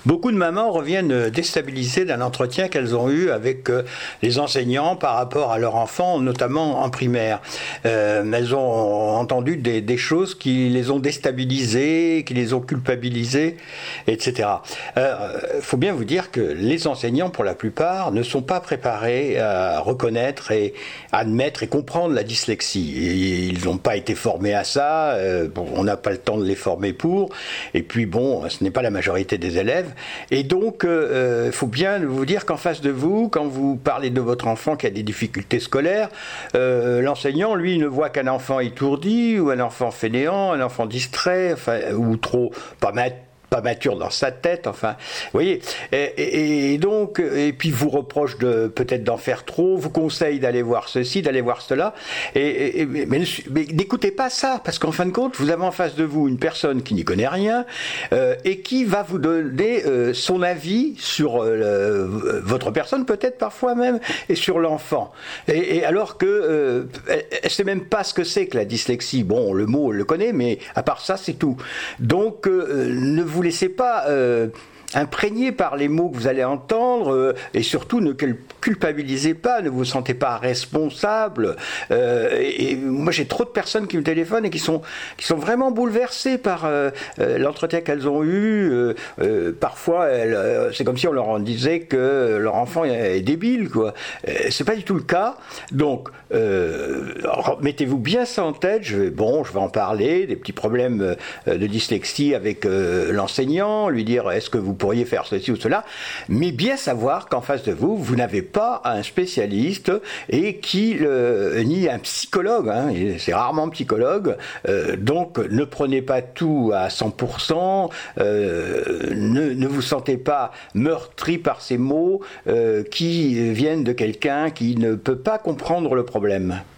Beaucoup de mamans reviennent déstabilisées d'un entretien qu'elles ont eu avec les enseignants par rapport à leur enfant, notamment en primaire. Elles ont entendu des choses qui les ont déstabilisées, qui les ont culpabilisées, etc. Faut bien vous dire que les enseignants, pour la plupart, ne sont pas préparés à reconnaître et admettre et comprendre la dyslexie. Ils n'ont pas été formés à ça, on n'a pas le temps de les former pour, et puis bon, ce n'est pas la majorité des élèves. Et donc, il faut bien vous dire qu'en face de vous, quand vous parlez de votre enfant qui a des difficultés scolaires, l'enseignant, lui, ne voit qu'un enfant étourdi, ou un enfant fainéant, un enfant distrait, ou trop pas mature dans sa tête, vous voyez, et donc, et puis vous reproche peut-être d'en faire trop, vous conseille d'aller voir ceci, d'aller voir cela, mais n'écoutez pas ça, parce qu'en fin de compte, vous avez en face de vous une personne qui n'y connaît rien, et qui va vous donner son avis sur votre personne, peut-être parfois même, et sur l'enfant. Et alors que elle sait même pas ce que c'est que la dyslexie. Bon, le mot, elle le connaît, mais à part ça, c'est tout. Donc, ne vous laissez pas imprégné par les mots que vous allez entendre, et surtout ne culpabilisez pas, ne vous sentez pas responsable. Et moi j'ai trop de personnes qui me téléphonent et qui sont vraiment bouleversées par l'entretien qu'elles ont eu. Parfois c'est comme si on leur disait que leur enfant est débile, quoi. C'est pas du tout le cas. Donc mettez-vous bien ça en tête. Je vais en parler des petits problèmes de dyslexie avec l'enseignant, lui dire est-ce que vous pourriez faire ceci ou cela, mais bien savoir qu'en face de vous, vous n'avez pas un spécialiste et ni un psychologue, c'est rarement psychologue, donc ne prenez pas tout à 100%, ne vous sentez pas meurtri par ces mots qui viennent de quelqu'un qui ne peut pas comprendre le problème.